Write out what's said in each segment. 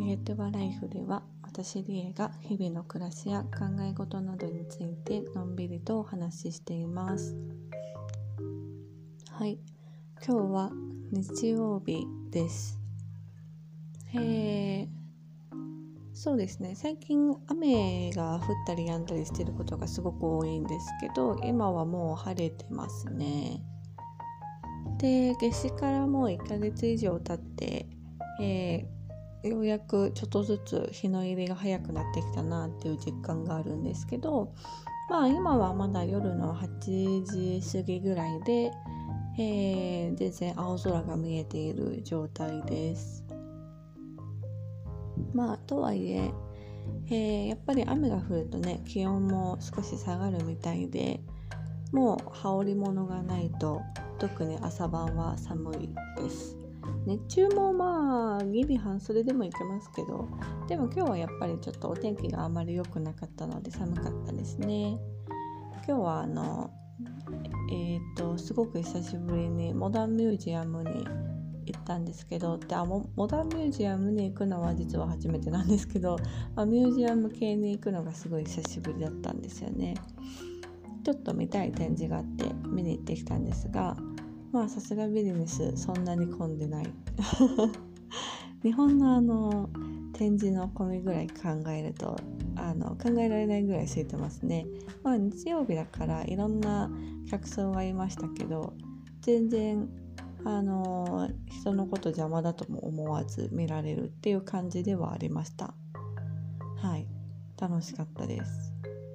ゲットバライフでは私リエが日々の暮らしや考え事などについてのんびりとお話ししています。はい、今日は日曜日です。そうですね、最近雨が降ったり止んだりしていることがすごく多いんですけど、今はもう晴れてますね。で、夏至からもう1ヶ月以上経って、ようやくちょっとずつ日の入りが早くなってきたなっていう実感があるんですけど、今はまだ夜の8時過ぎぐらいで、全然青空が見えている状態です。とはいえやっぱり雨が降るとね、気温も少し下がるみたいで、もう羽織物がないと特に朝晩は寒いです。日中もギリ半袖でもいけますけど、でも今日はやっぱりちょっとお天気があまり良くなかったので寒かったですね。今日はすごく久しぶりにモダンミュージアムに行ったんですけど、モダンミュージアムに行くのは実は初めてなんですけど、ミュージアム系に行くのがすごい久しぶりだったんですよね。ちょっと見たい展示があって見に行ってきたんですが、さすがビジネスそんなに混んでない日本の展示の込みぐらい考えると考えられないぐらい空いてますね。日曜日だからいろんな客層がいましたけど、全然人のこと邪魔だとも思わず見られるっていう感じではありました。はい、楽しかったです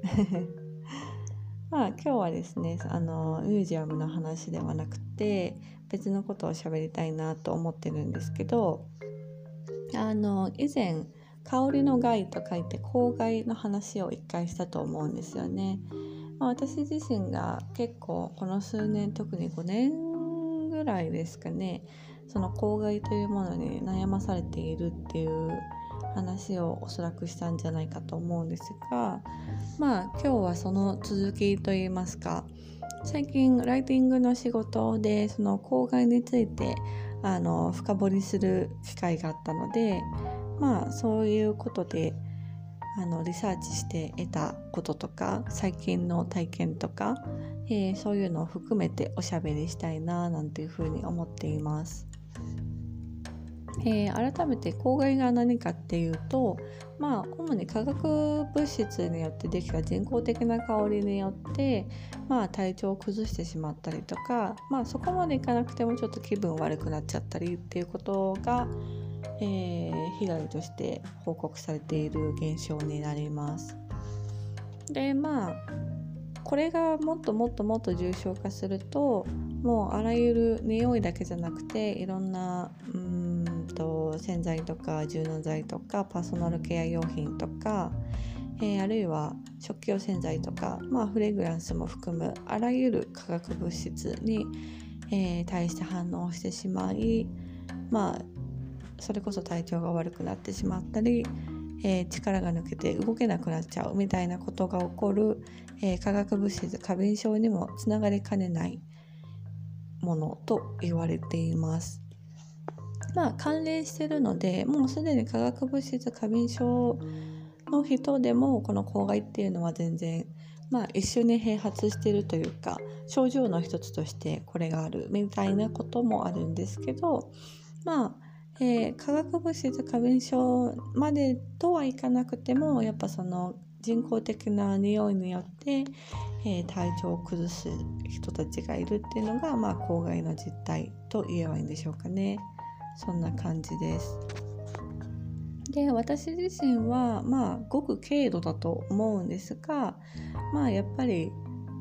今日はですね、ミュージアムの話ではなくて別のことを喋りたいなと思ってるんですけど、以前香りの害と書いて香害の話を一回したと思うんですよね。私自身が結構この数年、特に5年ぐらいですかね、その香害というものに悩まされているっていう話をおそらくしたんじゃないかと思うんですが、今日はその続きといいますか、最近ライティングの仕事でその香害について深掘りする機会があったので、そういうことでリサーチして得たこととか最近の体験とか、そういうのを含めておしゃべりしたいななんていうふうに思っています。改めて香害が何かっていうと、主に化学物質によってできた人工的な香りによって、体調を崩してしまったりとか、そこまでいかなくてもちょっと気分悪くなっちゃったりっていうことが、被害として報告されている現象になります。でこれがもっと重症化すると、もうあらゆる匂いだけじゃなくていろんな洗剤とか柔軟剤とかパーソナルケア用品とか、あるいは食器用洗剤とか、フレグランスも含むあらゆる化学物質に、対して反応してしまい、それこそ体調が悪くなってしまったり、力が抜けて動けなくなっちゃうみたいなことが起こる、化学物質過敏症にもつながりかねないものと言われています。関連しているので、もうすでに化学物質過敏症の人でもこの香害っていうのは全然一緒に併発しているというか、症状の一つとしてこれがあるみたいなこともあるんですけど、化学物質過敏症までとはいかなくても、やっぱその人工的な匂いによって、体調を崩す人たちがいるっていうのが、香害の実態と言えばいいんでしょうかね。そんな感じです。で、私自身はごく軽度だと思うんですが、やっぱり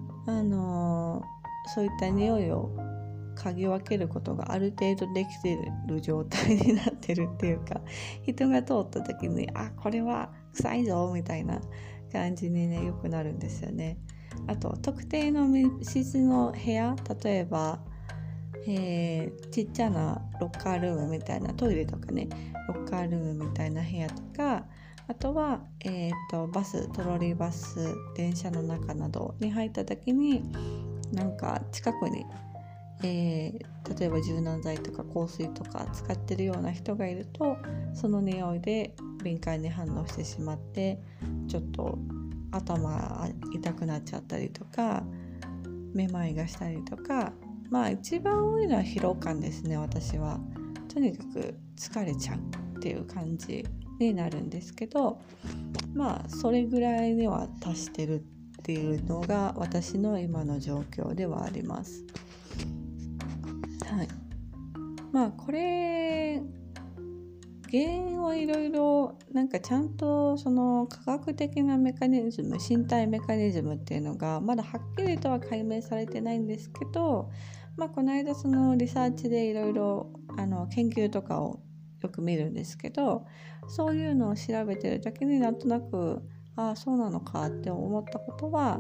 そういった匂いを嗅ぎ分けることがある程度できている状態になってるっていうか、人が通った時にこれは臭いぞみたいな感じにね、よくなるんですよね。あと特定の密室の部屋、例えばちっちゃなロッカールームみたいな、トイレとかね、ロッカールームみたいな部屋とか、あとは、バス、トロリーバス、電車の中などに入った時に、なんか近くに例えば柔軟剤とか香水とか使ってるような人がいると、その匂いで敏感に反応してしまって、ちょっと頭痛くなっちゃったりとか、めまいがしたりとか、一番多いのは疲労感ですね。私はとにかく疲れちゃうっていう感じになるんですけど、それぐらいには達してるっていうのが私の今の状況ではあります。はい。これ原因をいろいろちゃんとその科学的なメカニズム、身体メカニズムっていうのがまだはっきりとは解明されてないんですけど、この間そのリサーチでいろいろ研究とかをよく見るんですけど、そういうのを調べてる時になんとなくそうなのかって思ったことは、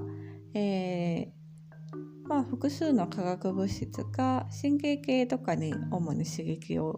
複数の化学物質が神経系とかに主に刺激を、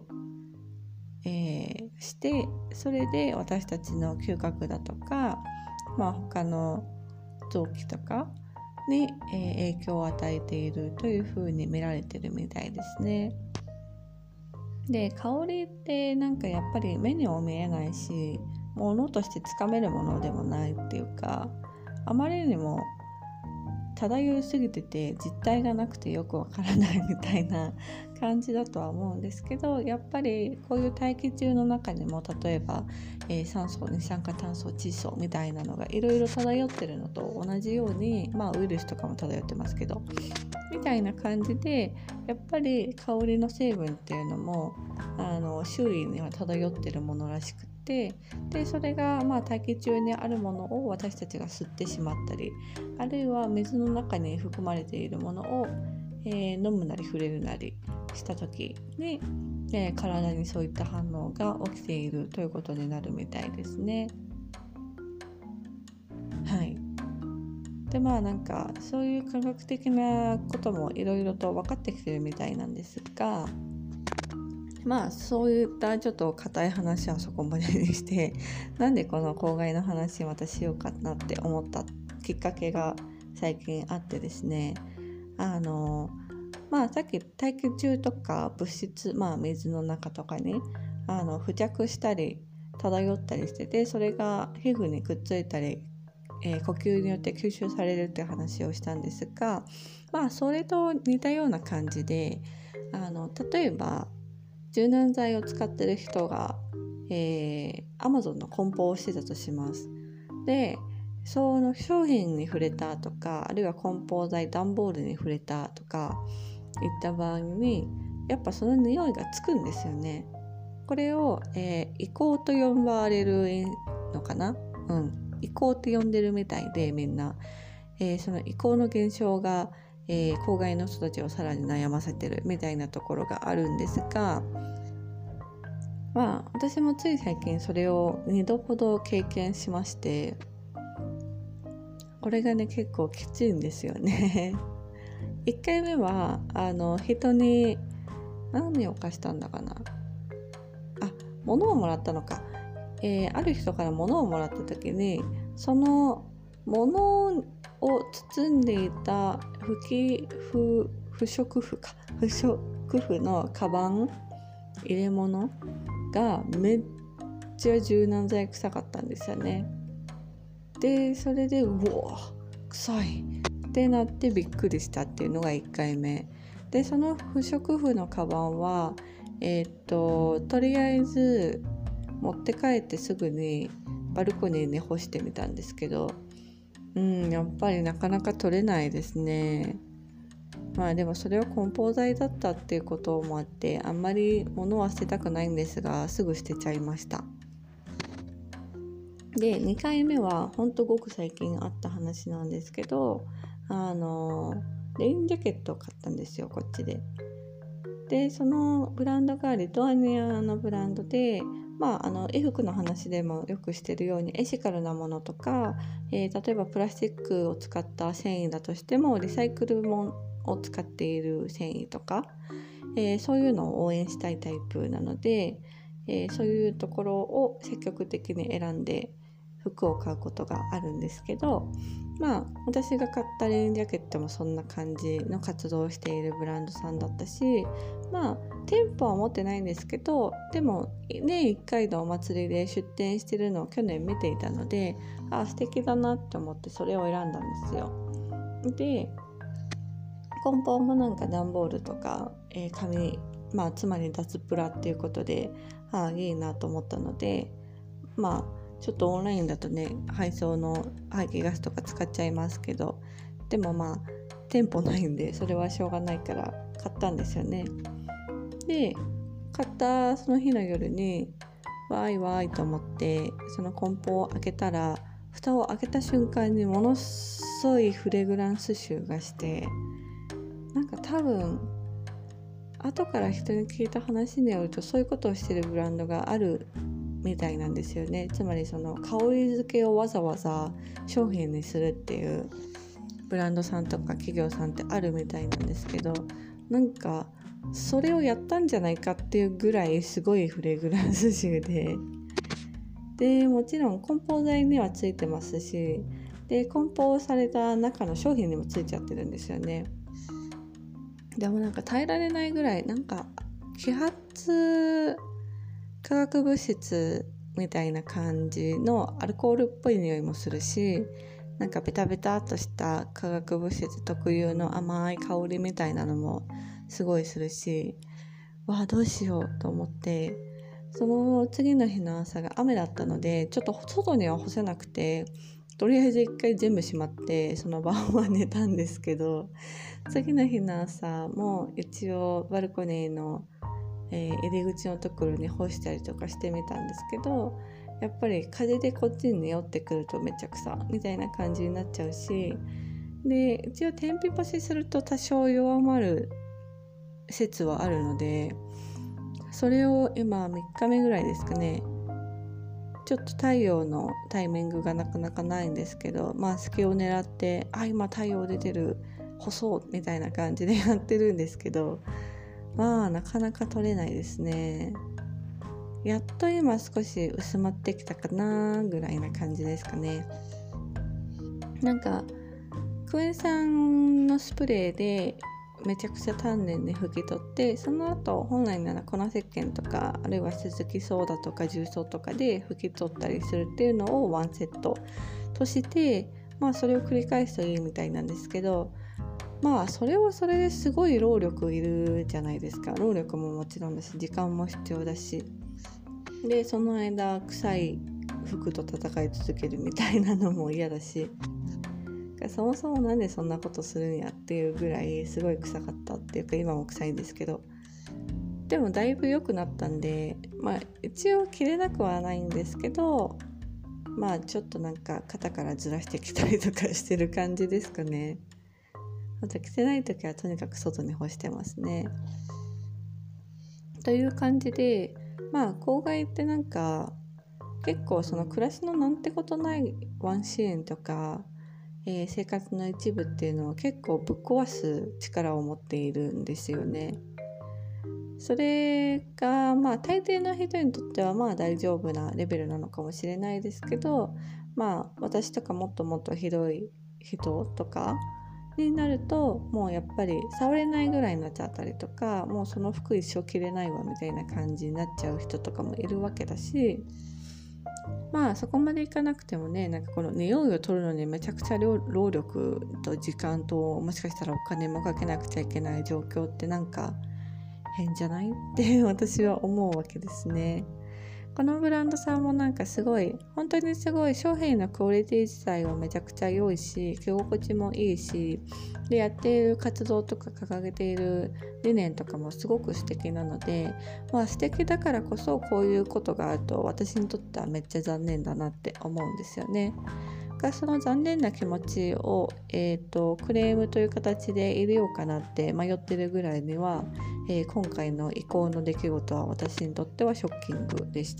して、それで私たちの嗅覚だとか、他の臓器とかに、影響を与えているというふうに見られてるみたいですね。で、香りってやっぱり目にも見えないし、物としてつかめるものでもないっていうか、あまりにも漂いすぎてて実体がなくてよくわからないみたいな感じだとは思うんですけど、やっぱりこういう大気中の中にも例えば、酸素、二酸化炭素、窒素みたいなのがいろいろ漂ってるのと同じように、ウイルスとかも漂ってますけどみたいな感じで、やっぱり香りの成分っていうのも周囲には漂ってるものらしくて、でそれが大気中にあるものを私たちが吸ってしまったり、あるいは水の中に含まれているものを、飲むなり触れるなりした時に、体にそういった反応が起きているということになるみたいですね。はい。でそういう科学的なこともいろいろと分かってきてるみたいなんですが、そういったちょっと硬い話はそこまでにしてなんでこの公害の話またしようかなって思ったきっかけが最近あってですね、さっき大気中とか物質、水の中とかに付着したり漂ったりしてて、それが皮膚にくっついたり、呼吸によって吸収されるっていう話をしたんですが、それと似たような感じで例えば柔軟剤を使ってる人が、Amazon の梱包をしてたとします。で、その商品に触れたとか、あるいは梱包材、段ボールに触れたとかいった場合に、やっぱその匂いがつくんですよね。これを、異香と呼ばれるのかな、異香って呼んでるみたいでみんな、その異香の現象が、公害の人たちをさらに悩ませてるみたいなところがあるんですが、私もつい最近それを2度ほど経験しまして、これがね結構きついんですよね1回目は人に何を貸したんだかな、物をもらったのか、ある人から物をもらった時に、その物を包んでいた不織布のカバン入れ物がめっちゃ柔軟剤臭かったんですよね。でそれでうわ臭いってなってびっくりしたっていうのが1回目で、その不織布のカバンはとりあえず持って帰ってすぐにバルコニーに干してみたんですけど、やっぱりなかなか取れないですね。でもそれは梱包材だったっていうこともあって、あんまり物は捨てたくないんですが、すぐ捨てちゃいました。で2回目はほんとごく最近あった話なんですけど、レインジャケットを買ったんですよ、こっちで。でそのブランドがリトアニアのブランドで、衣服の話でもよくしてるようにエシカルなものとか、例えばプラスチックを使った繊維だとしてもリサイクルもを使っている繊維とか、そういうのを応援したいタイプなので、そういうところを積極的に選んで服を買うことがあるんですけど、 私が買ったレインジャケットもそんな感じの活動をしているブランドさんだったし、店舗は持ってないんですけど、でも年1回のお祭りで出店してるのを去年見ていたので、素敵だなって思ってそれを選んだんですよ。で、梱包もなんか段ボールとか、紙、つまり脱プラっていうことで、いいなと思ったので、ちょっとオンラインだとね、配送の排気ガスとか使っちゃいますけど、でも店舗ないんでそれはしょうがないから買ったんですよね。で、買ったその日の夜にわーいわーいと思ってその梱包を開けたら、蓋を開けた瞬間にものすごいフレグランス臭がして、なんか多分後から人に聞いた話によると、そういうことをしてるブランドがあるみたいなんですよね。つまりその香り付けをわざわざ商品にするっていうブランドさんとか企業さんってあるみたいなんですけど、なんかそれをやったんじゃないかっていうぐらいすごいフレグランス臭で、もちろん梱包材にはついてますし、で梱包された中の商品にもついちゃってるんですよね。でもなんか耐えられないぐらい、なんか揮発化学物質みたいな感じのアルコールっぽい匂いもするし、なんかベタベタっとした化学物質特有の甘い香りみたいなのもすごいするし、どうしようと思って、その次の日の朝が雨だったのでちょっと外には干せなくて、とりあえず一回全部しまってその晩は寝たんですけど、次の日の朝も一応バルコニーの入り口のところに干したりとかしてみたんですけど、やっぱり風でこっちに寄ってくるとめちゃくさみたいな感じになっちゃうし、で一応天日干しすると多少弱まる説はあるので、それを今3日目ぐらいですかね、ちょっと太陽のタイミングがなかなかないんですけど、隙を狙って今太陽出てる、干そうみたいな感じでやってるんですけど、なかなか取れないですね。やっと今少し薄まってきたかなぐらいな感じですかね。なんかクエン酸のスプレーでめちゃくちゃ丹念に拭き取って、その後本来なら粉石鹸とか、あるいはスズキソーダとか重曹とかで拭き取ったりするっていうのをワンセットとして、それを繰り返すといいみたいなんですけど、それはそれですごい労力いるじゃないですか。労力ももちろんだし、時間も必要だし、でその間臭い服と戦い続けるみたいなのも嫌だし、そもそもなんでそんなことするんやっていうぐらいすごい臭かったっていうか、今も臭いんですけど、でもだいぶ良くなったんで、一応着れなくはないんですけど、ちょっとなんか肩からずらしてきたりとかしてる感じですかね。あと着てない時はとにかく外に干してますね。という感じで、公害ってなんか結構その暮らしのなんてことないワンシーンとか、生活の一部っていうのを結構ぶっ壊す力を持っているんですよね。それが大抵の人にとっては大丈夫なレベルなのかもしれないですけど、私とかもっともっとひどい人とかになると、もうやっぱり触れないぐらいになっちゃったりとか、もうその服一生着れないわみたいな感じになっちゃう人とかもいるわけだし、そこまでいかなくてもね、なんかこの匂いを取るのにめちゃくちゃ労力と時間と、もしかしたらお金もかけなくちゃいけない状況ってなんか変じゃないって私は思うわけですね。このブランドさんもなんかすごい、本当にすごい商品のクオリティ自体はめちゃくちゃ良いし、着心地もいいし、でやっている活動とか掲げている理念とかもすごく素敵なので、素敵だからこそこういうことがあると私にとってはめっちゃ残念だなって思うんですよね。その残念な気持ちを、クレームという形で入れようかなって迷ってるぐらいには、今回の移行の出来事は私にとってはショッキングでした。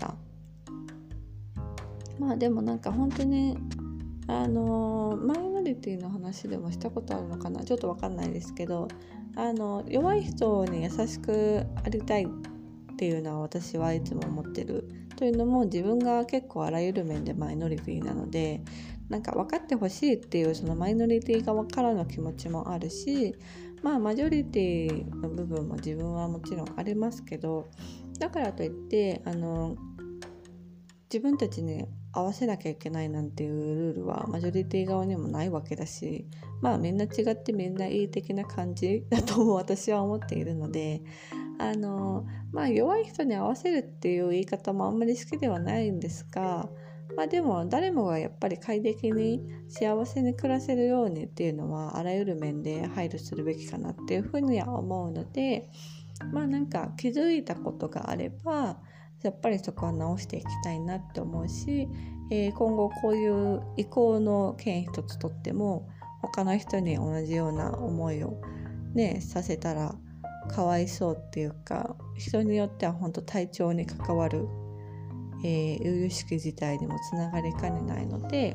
でもなんか本当にマイノリティの話でもしたことあるのかな、ちょっと分かんないですけど、弱い人に優しくありたいっていうのは私はいつも思ってる。というのも自分が結構あらゆる面でマイノリティなので、 なんか分かってほしいっていうそのマイノリティ側からの気持ちもあるし、マジョリティの部分も自分はもちろんありますけど、だからといって自分たちに合わせなきゃいけないなんていうルールはマジョリティ側にもないわけだし、みんな違ってみんないい的な感じだと私は思っているので、弱い人に合わせるっていう言い方もあんまり好きではないんですが、でも誰もがやっぱり快適に幸せに暮らせるようにっていうのはあらゆる面で配慮するべきかなっていうふうには思うので、なんか気づいたことがあればやっぱりそこは直していきたいなって思うし、今後こういう移行の件一つとっても他の人に同じような思いをさせたらかわいそうっていうか、人によっては本当体調に関わる由々しき事態にもつながりかねないので、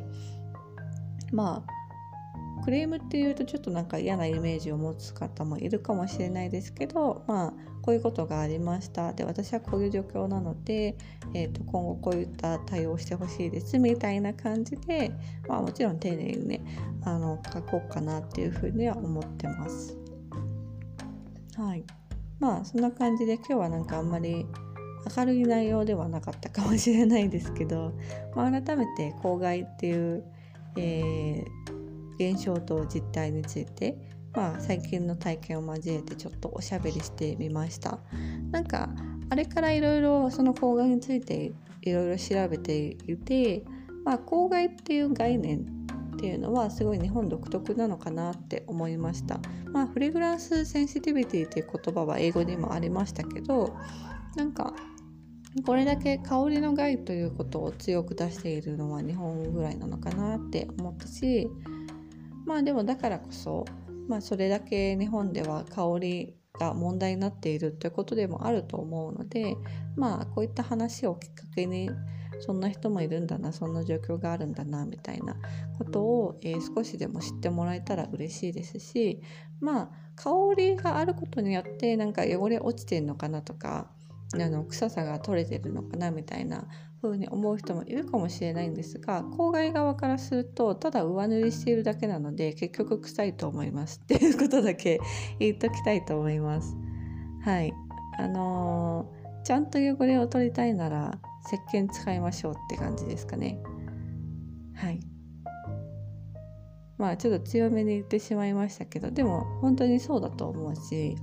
クレームっていうとちょっとなんか嫌なイメージを持つ方もいるかもしれないですけど、こういうことがありました。で、私はこういう状況なので、今後こういった対応をしてほしいですみたいな感じで、もちろん丁寧にね書こうかなっていうふうには思ってます。はい。そんな感じで今日はなんかあんまり明るい内容ではなかったかもしれないですけど、改めて公害っていう、現象と実態について、最近の体験を交えてちょっとおしゃべりしてみました。なんかあれからいろいろその公害についていろいろ調べていて、公害っていう概念っていうのはすごい日本独特なのかなって思いました。フレグランスセンシティビティっていう言葉は英語にもありましたけど、なんかこれだけ香りの害ということを強く出しているのは日本ぐらいなのかなって思ったし、でもだからこそ、それだけ日本では香りが問題になっているということでもあると思うので、こういった話をきっかけにそんな人もいるんだな、そんな状況があるんだなみたいなことを、少しでも知ってもらえたら嬉しいですし、香りがあることによってなんか汚れ落ちてるのかなとか、臭さが取れてるのかなみたいな風に思う人もいるかもしれないんですが、公害側からするとただ上塗りしているだけなので結局臭いと思いますっていうことだけ言っときたいと思います。はい。ちゃんと汚れを取りたいなら石鹸使いましょうって感じですかね。はい。ちょっと強めに言ってしまいましたけど、でも本当にそうだと思うし、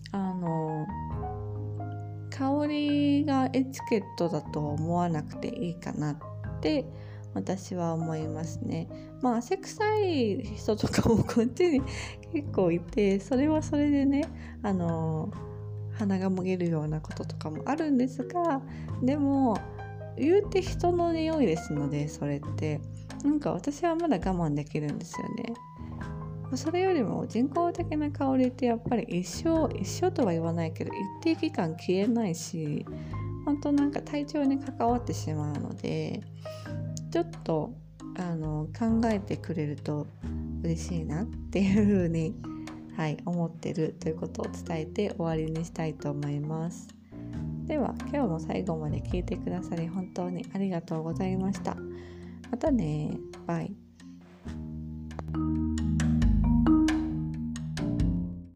香りがエチケットだと思わなくていいかなって私は思いますね。汗臭い人とかもこっちに結構いて、それはそれでね鼻がもげるようなこととかもあるんですが、でも言うて人の匂いですので、それってなんか私はまだ我慢できるんですよね。それよりも人工的な香りってやっぱり一生とは言わないけど一定期間消えないし、本当なんか体調に関わってしまうので、ちょっと考えてくれると嬉しいなっていう風に、思ってるということを伝えて終わりにしたいと思います。では今日も最後まで聞いてくださり本当にありがとうございました。またね。バイ。